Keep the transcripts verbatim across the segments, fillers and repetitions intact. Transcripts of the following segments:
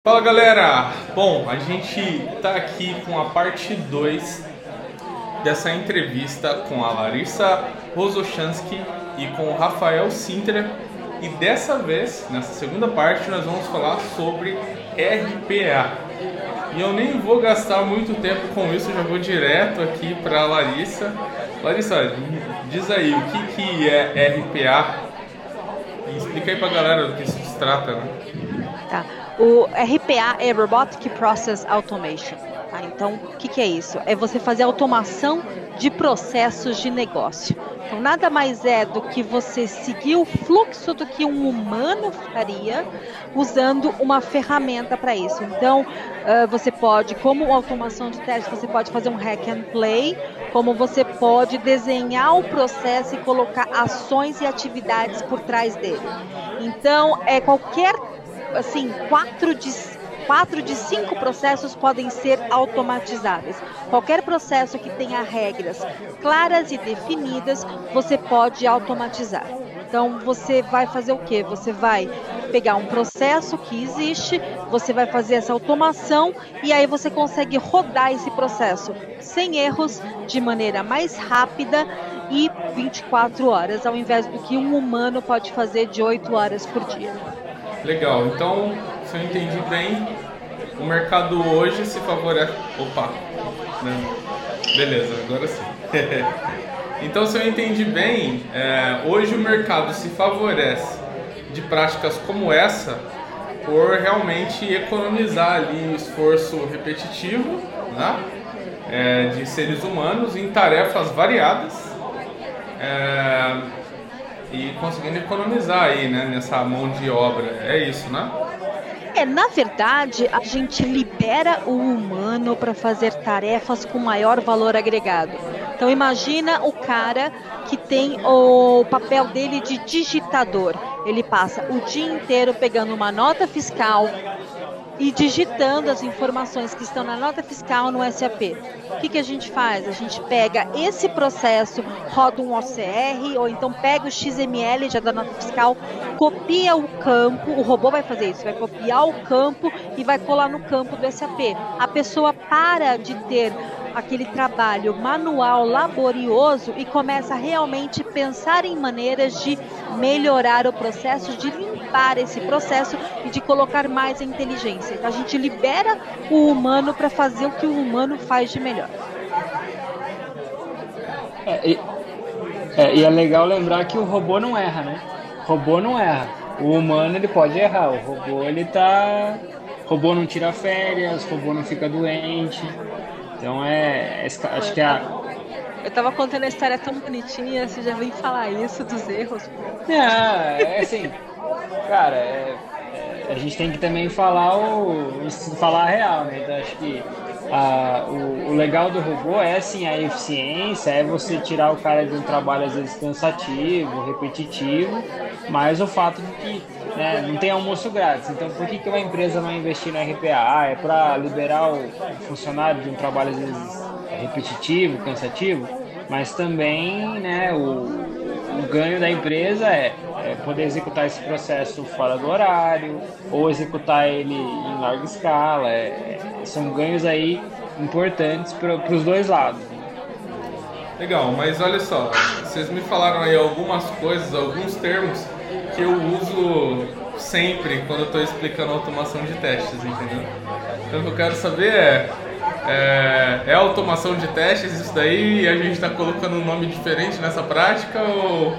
Fala galera! Bom, a gente tá aqui com a parte dois dessa entrevista com a Larissa Rosochansky e com o Rafael Sintra, e dessa vez, nessa segunda parte, nós vamos falar sobre R P A. E eu nem vou gastar muito tempo com isso, já vou direto aqui para a Larissa. Larissa, diz aí, o que, que é R P A? E explica aí pra galera do que isso se trata, né? Tá. O R P A é Robotic Process Automation. Tá? Então, o que, que é isso? É você fazer automação de processos de negócio. Então, nada mais é do que você seguir o fluxo do que um humano faria usando uma ferramenta para isso. Então, uh, você pode, como automação de teste, você pode fazer um hack and play, como você pode desenhar o processo e colocar ações e atividades por trás dele. Então, é qualquer assim, quatro de, quatro de cinco processos podem ser automatizáveis. Qualquer processo que tenha regras claras e definidas, você pode automatizar. Então, você vai fazer o quê? Você vai pegar um processo que existe, você vai fazer essa automação e aí você consegue rodar esse processo sem erros, de maneira mais rápida e vinte e quatro horas, ao invés do que um humano pode fazer de oito horas por dia. Legal, então, se eu entendi bem, o mercado hoje se favorece... Opa, não. Beleza, agora sim. Então, se eu entendi bem, é, hoje o mercado se favorece de práticas como essa por realmente economizar ali o esforço repetitivo, né, é, de seres humanos em tarefas variadas, é, e conseguindo economizar aí, né, nessa mão de obra. É isso, né? É, na verdade, a gente libera o humano para fazer tarefas com maior valor agregado. Então, imagina o cara que tem o papel dele de digitador. Ele passa o dia inteiro pegando uma nota fiscal e digitando as informações que estão na nota fiscal no S A P. O que, que a gente faz? A gente pega esse processo, roda um O C R, ou então pega o X M L já da nota fiscal, copia o campo, o robô vai fazer isso, vai copiar o campo e vai colar no campo do S A P. A pessoa para de ter aquele trabalho manual, laborioso, e começa a realmente pensar em maneiras de melhorar o processo, de limpar esse processo e de colocar mais inteligência. Então, a gente libera o humano para fazer o que o humano faz de melhor. É, e, é, e é legal lembrar que o robô não erra, né? O robô não erra. O humano, ele pode errar. O robô, ele tá... O robô não tira férias, o robô não fica doente. Então, é... é acho que é a... Eu tava contando a história tão bonitinha, você já vem falar isso dos erros. É, é assim... Cara, é, é, a gente tem que também falar, o, falar a real, né? Então, acho que a, o, o legal do robô é, assim, a eficiência, é você tirar o cara de um trabalho, às vezes, cansativo, repetitivo, mas o fato de que, né, não tem almoço grátis. Então, por que, que uma empresa vai investir no R P A? Ah, é para liberar o funcionário de um trabalho, às vezes, repetitivo, cansativo, mas também, né, o O ganho da empresa é, é poder executar esse processo fora do horário ou executar ele em larga escala. É, são ganhos aí importantes para os dois lados. Legal, mas olha só, vocês me falaram aí algumas coisas, alguns termos que eu uso sempre quando eu estou explicando automação de testes, entendeu? Então o que eu quero saber é, é, é automação de testes isso daí, e a gente está colocando um nome diferente nessa prática ou...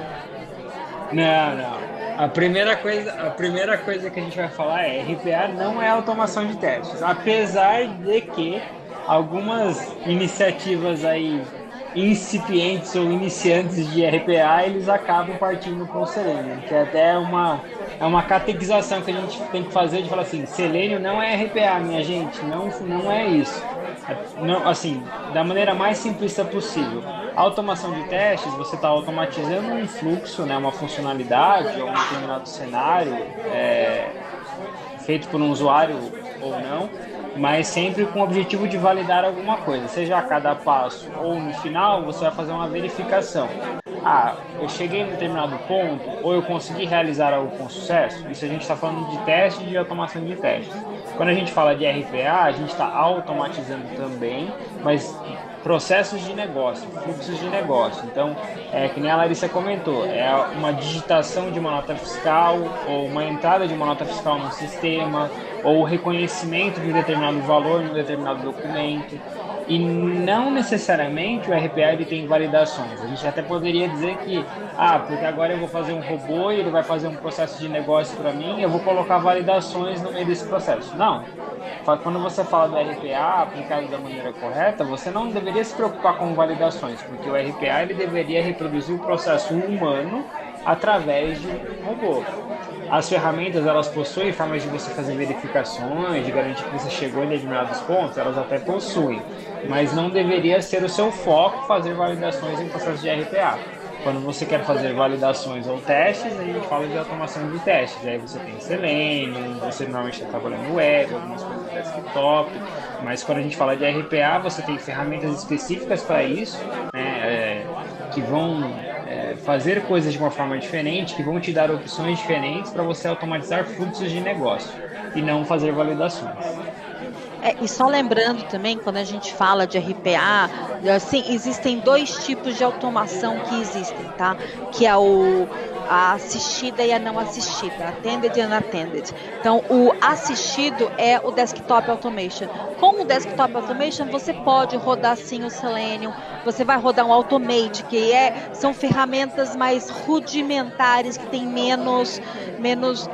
Não, não. A primeira coisa, a primeira coisa que a gente vai falar é R P A não é automação de testes, apesar de que algumas iniciativas aí incipientes ou iniciantes de R P A, eles acabam partindo para o Selenium, que é até uma, é uma catequização que a gente tem que fazer de falar assim, Selenium não é R P A, minha gente, não, não é isso. Não, assim, da maneira mais simplista possível. A automação de testes, você está automatizando um fluxo, né, uma funcionalidade ou um determinado cenário é, feito por um usuário ou não, mas sempre com o objetivo de validar alguma coisa, seja a cada passo ou no final, você vai fazer uma verificação. Ah, eu cheguei em um determinado ponto ou eu consegui realizar algo com sucesso? Isso a gente está falando de teste e de automação de testes. Quando a gente fala de R P A, a gente está automatizando também, mas processos de negócio, fluxos de negócio. Então, é que nem a Larissa comentou, é uma digitação de uma nota fiscal, ou uma entrada de uma nota fiscal no sistema, ou o reconhecimento de um determinado valor em um determinado documento. E não necessariamente o R P A ele tem validações. A gente até poderia dizer que, ah, porque agora eu vou fazer um robô e ele vai fazer um processo de negócio para mim, eu vou colocar validações no meio desse processo. Não. Quando você fala do R P A aplicado da maneira correta, você não deveria se preocupar com validações, porque o R P A ele deveria reproduzir o processo humano através de um robô. As ferramentas, elas possuem formas de você fazer verificações, de garantir que você chegou em determinados pontos, elas até possuem, mas não deveria ser o seu foco fazer validações em processo de R P A. Quando você quer fazer validações ou testes, a gente fala de automação de testes. Aí você tem Selenium, você normalmente está trabalhando no web, algumas coisas no desktop, mas quando a gente fala de R P A, você tem ferramentas específicas para isso, né, é, que vão é, fazer coisas de uma forma diferente, que vão te dar opções diferentes para você automatizar fluxos de negócio e não fazer validações. É, e só lembrando também, quando a gente fala de R P A, assim, existem dois tipos de automação que existem, tá? Que é o, a assistida e a não assistida, attended e unattended. Então, o assistido é o desktop automation. Com o desktop automation, você pode rodar sim o Selenium, você vai rodar um Automate, que é, são ferramentas mais rudimentares, que tem menos, menos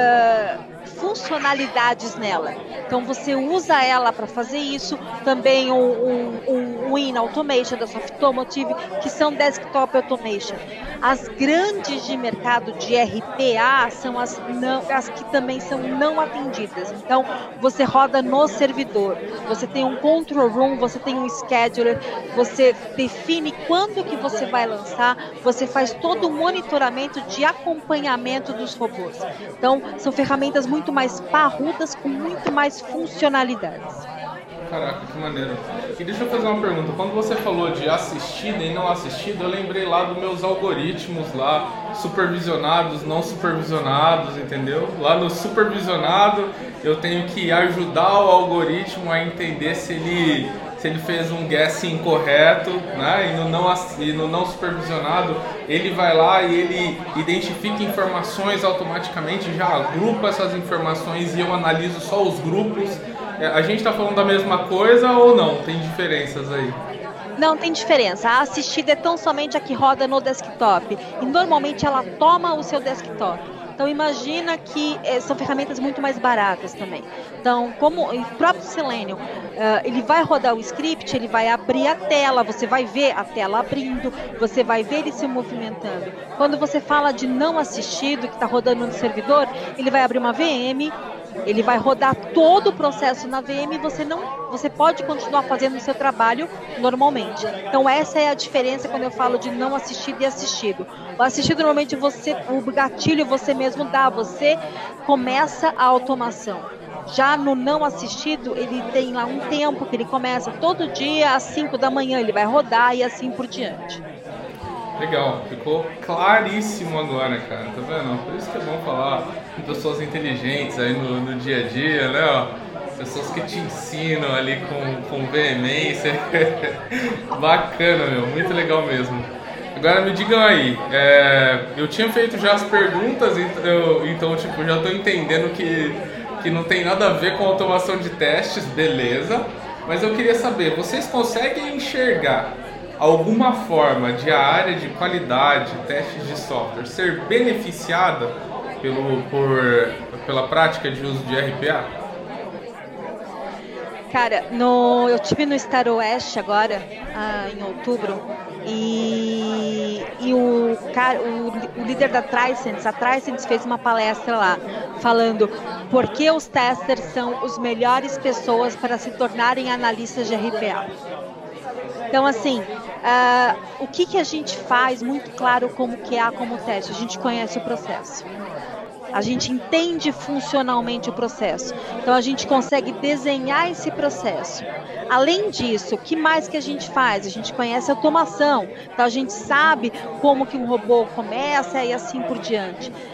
uh, funcionalidades nela. Então você usa ela para fazer isso. Também o um, um, um Win Automation da Softomotive, que são desktop automation. As grandes de mercado de R P A são as, não, as que também são não atendidas. Então você roda no servidor, você tem um control room, você tem um scheduler, você define quando que você vai lançar, você faz todo o monitoramento de acompanhamento dos robôs. Então são ferramentas muito mais parrudas, com muito mais funcionalidades. Caraca, que maneiro. E deixa eu fazer uma pergunta. Quando você falou de assistida e não assistida, eu lembrei lá dos meus algoritmos lá, supervisionados, não supervisionados, entendeu? Lá no supervisionado, eu tenho que ajudar o algoritmo a entender se ele, se ele fez um guess incorreto, né? E no não, e no não supervisionado, ele vai lá e ele identifica informações automaticamente, já agrupa essas informações e eu analiso só os grupos. A gente está falando da mesma coisa ou não? Tem diferenças aí? Não, tem diferença. A assistida é tão somente a que roda no desktop. E normalmente ela toma o seu desktop. Então imagina que eh, são ferramentas muito mais baratas também. Então, como o próprio Selenium, uh, ele vai rodar o script, ele vai abrir a tela, você vai ver a tela abrindo, você vai ver ele se movimentando. Quando você fala de não assistido, que está rodando no servidor, ele vai abrir uma V M, ele vai rodar todo o processo na V M e você, não, você pode continuar fazendo o seu trabalho normalmente. Então essa é a diferença quando eu falo de não assistido e assistido. O assistido normalmente você, o gatilho você mesmo dá, você começa a automação. Já no não assistido, ele tem lá um tempo que ele começa todo dia às cinco da manhã, ele vai rodar e assim por diante. Legal, ficou claríssimo agora, cara, tá vendo? Por isso que é bom falar com pessoas inteligentes aí no, no dia a dia, né? Ó, pessoas que te ensinam ali com, com veemência. Bacana, meu, muito legal mesmo. Agora me digam aí, é, eu tinha feito já as perguntas, então, então tipo, já tô entendendo que, que não tem nada a ver com automação de testes, beleza. Mas eu queria saber, vocês conseguem enxergar alguma forma de a área de qualidade, testes de software, ser beneficiada pelo, por, pela prática de uso de R P A? Cara, no, eu tive no Star West agora, ah, em outubro, e, e o, cara, o, o líder da Tricentis, a Tricentis fez uma palestra lá, falando por que os testers são as melhores pessoas para se tornarem analistas de R P A. Então, assim, uh, o que, que a gente faz muito claro como que é como teste? A gente conhece o processo. A gente entende funcionalmente o processo. Então, a gente consegue desenhar esse processo. Além disso, o que mais que a gente faz? A gente conhece a automação. Então, a gente sabe como que um robô começa e assim por diante.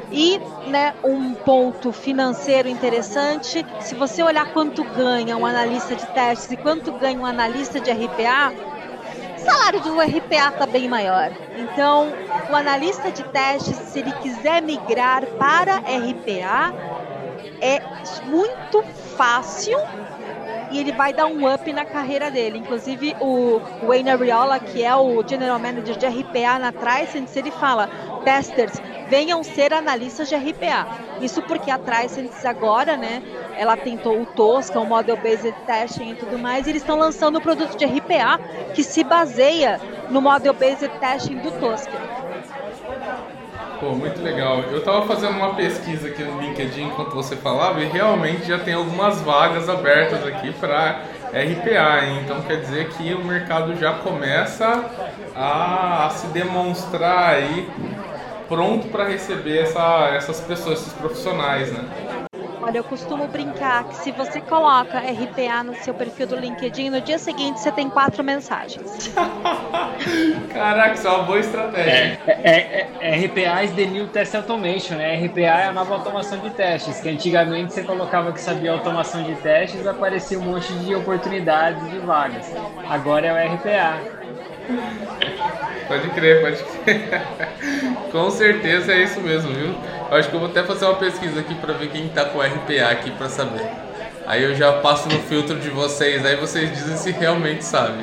E, né, um ponto financeiro interessante, se você olhar quanto ganha um analista de testes e quanto ganha um analista de R P A, o salário do R P A está bem maior. Então, o analista de testes, se ele quiser migrar para R P A, é muito fácil e ele vai dar um up na carreira dele. Inclusive, o Wayne Ariola, que é o General Manager de R P A na Tricentis, ele fala, testers, venham ser analistas de R P A. Isso porque a Tricentis agora, né, ela tentou o Tosca, o Model Based Testing e tudo mais, e eles estão lançando o produto de R P A que se baseia no Model Based Testing do Tosca. Pô, muito legal. Eu tava fazendo uma pesquisa aqui no LinkedIn enquanto você falava e realmente já tem algumas vagas abertas aqui para R P A, hein? Então quer dizer que o mercado já começa a, a se demonstrar aí pronto para receber essa, essas pessoas, esses profissionais, né? Olha, eu costumo brincar que se você coloca R P A no seu perfil do LinkedIn, no dia seguinte você tem quatro mensagens. Caraca, isso é uma boa estratégia. É, é, é, R P A is the new test automation, né? R P A é a nova automação de testes, que antigamente você colocava que sabia automação de testes, aparecia um monte de oportunidades de vagas. Agora é o R P A. Pode crer, pode crer. Com certeza é isso mesmo, viu? Eu acho que eu vou até fazer uma pesquisa aqui pra ver quem tá com R P A aqui pra saber. Aí eu já passo no filtro de vocês, aí vocês dizem se realmente sabem.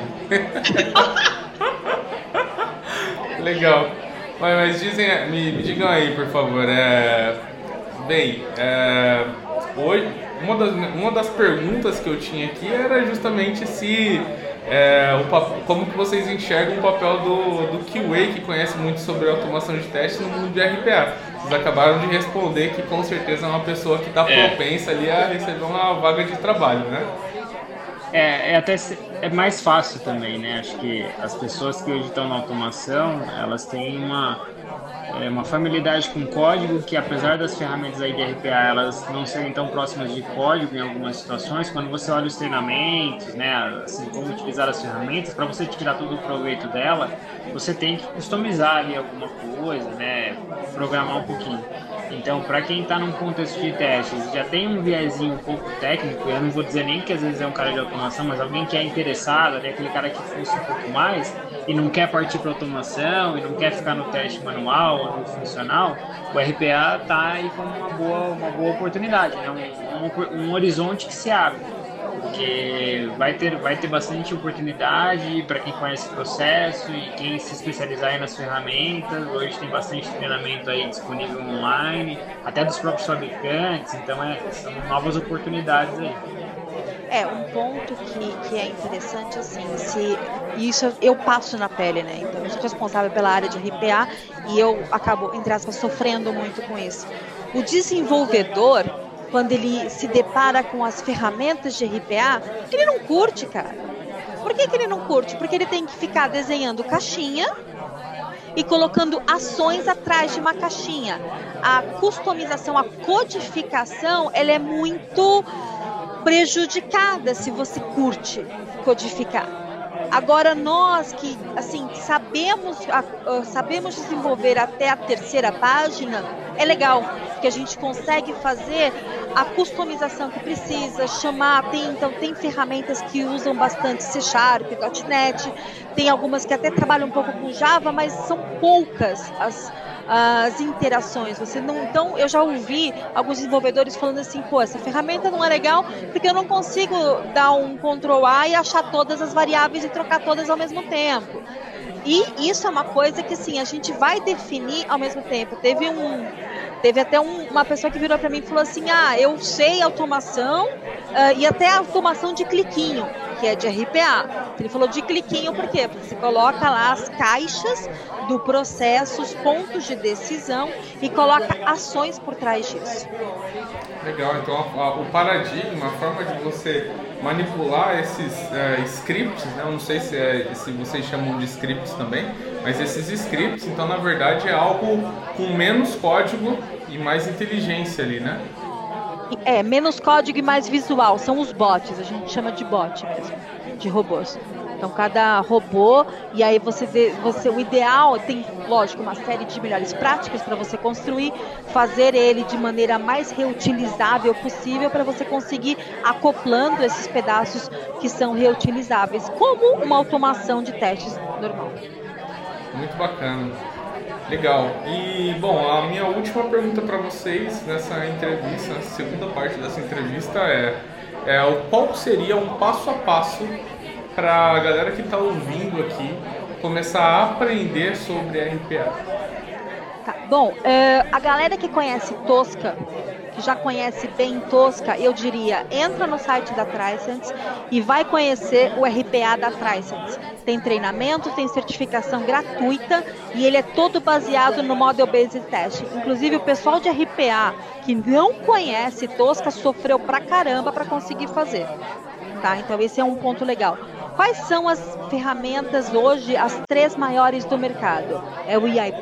Legal. Mas, mas dizem, me, me digam aí, por favor. É... Bem, é... hoje, uma, das, uma das perguntas que eu tinha aqui era justamente se... É, o, como que vocês enxergam o papel do, do Q A, que conhece muito sobre automação de teste no mundo de R P A. Vocês acabaram de responder que com certeza é uma pessoa que está é. propensa ali a receber uma vaga de trabalho, né? É, é até é mais fácil também, né? Acho que as pessoas que hoje estão na automação, elas têm uma, é, uma familiaridade com código que, apesar das ferramentas aí de R P A, elas não serem tão próximas de código em algumas situações, quando você olha os treinamentos, né, assim, como utilizar as ferramentas, para você tirar todo o proveito dela, você tem que customizar ali alguma coisa, né, programar um pouquinho. Então, para quem está num contexto de testes, já tem um viezinho um pouco técnico, eu não vou dizer nem que às vezes é um cara de automação, mas alguém que é interessado, né, aquele cara que fuça um pouco mais e não quer partir para automação e não quer ficar no teste manual ou no funcional, o R P A está aí como uma boa, uma boa oportunidade, né, um, um, um horizonte que se abre. Porque vai ter, vai ter bastante oportunidade para quem conhece o processo e quem se especializar aí nas ferramentas. Hoje tem bastante treinamento aí disponível online, até dos próprios fabricantes, então é, são novas oportunidades aí. É, um ponto que, que é interessante, assim, se isso eu passo na pele, né? Então, eu sou responsável pela área de R P A e eu acabo, entre aspas, sofrendo muito com isso. O desenvolvedor, quando ele se depara com as ferramentas de R P A, ele não curte, cara. Por que, que ele não curte? Porque ele tem que ficar desenhando caixinha e colocando ações atrás de uma caixinha. A customização, a codificação, ela é muito prejudicada se você curte codificar. Agora, nós que, assim, sabemos, sabemos desenvolver até a terceira página, é legal, porque a gente consegue fazer a customização que precisa, chamar, tem, então tem ferramentas que usam bastante C Sharp, .NET, tem algumas que até trabalham um pouco com Java, mas são poucas as, as interações. Você não, então, eu já ouvi alguns desenvolvedores falando assim, pô, essa ferramenta não é legal porque eu não consigo dar um control A e achar todas as variáveis e trocar todas ao mesmo tempo. E isso é uma coisa que, assim, a gente vai definir ao mesmo tempo. Teve um... Teve até um, uma pessoa que virou para mim e falou assim, ah, eu sei automação uh, e até automação de cliquinho, que é de R P A. Ele falou de cliquinho por quê? Porque você coloca lá as caixas do processo, os pontos de decisão e coloca ações por trás disso. Legal, então a, a, o paradigma, a forma de você manipular esses é, scripts, né? Eu não sei se, é, se vocês chamam de scripts também, mas esses scripts, então na verdade é algo com menos código e mais inteligência ali, né? É, menos código e mais visual, são os bots, a gente chama de bot mesmo, de robôs. Então cada robô, e aí você vê, você, o ideal, tem, lógico, uma série de melhores práticas para você construir, fazer ele de maneira mais reutilizável possível para você conseguir acoplando esses pedaços que são reutilizáveis, como uma automação de testes normal. Muito bacana. Legal. E, bom, a minha última pergunta para vocês nessa entrevista, na segunda parte dessa entrevista é, é qual seria um passo a passo para a galera que está ouvindo aqui começar a aprender sobre R P A? Tá. Bom, uh, a galera que conhece Tosca, que já conhece bem Tosca, eu diria, entra no site da Tricentis e vai conhecer o R P A da Tricentis. Tem treinamento, tem certificação gratuita e ele é todo baseado no Model Based Test. Inclusive o pessoal de R P A que não conhece Tosca sofreu pra caramba para conseguir fazer. Tá? Então esse é um ponto legal. Quais são as ferramentas hoje, as três maiores do mercado? É o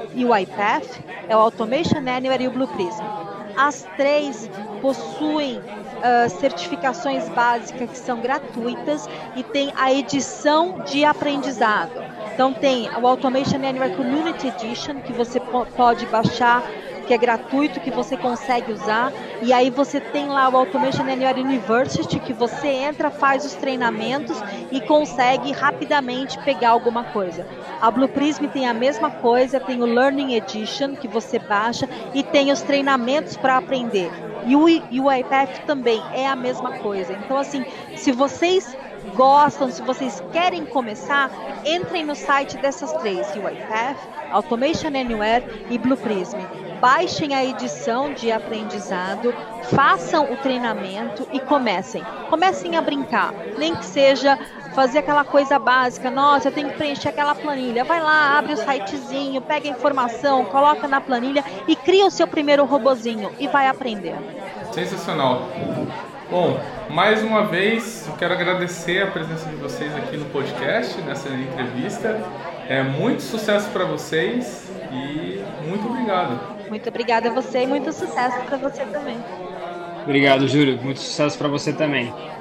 UiPath, é o Automation Anywhere e o Blue Prism. As três possuem uh, certificações básicas que são gratuitas e tem a edição de aprendizado. Então tem o Automation Anywhere Community Edition, que você pode baixar, que é gratuito, que você consegue usar, e aí você tem lá o Automation Anywhere University, que você entra, faz os treinamentos e consegue rapidamente pegar alguma coisa. A Blue Prism tem a mesma coisa, tem o Learning Edition, que você baixa, e tem os treinamentos para aprender. E o UiPath também é a mesma coisa. Então, assim, se vocês gostam, se vocês querem começar, entrem no site dessas três, UiPath, Automation Anywhere e Blue Prism. Baixem a edição de aprendizado, façam o treinamento e comecem. Comecem a brincar, nem que seja fazer aquela coisa básica, nossa, eu tenho que preencher aquela planilha. Vai lá, abre o sitezinho, pega a informação, coloca na planilha e cria o seu primeiro robozinho e vai aprender. Sensacional. Bom, mais uma vez eu quero agradecer a presença de vocês aqui no podcast, nessa entrevista. É, muito sucesso para vocês e muito obrigado. Muito obrigada a você e muito sucesso para você também. Obrigado, Júlio. Muito sucesso para você também.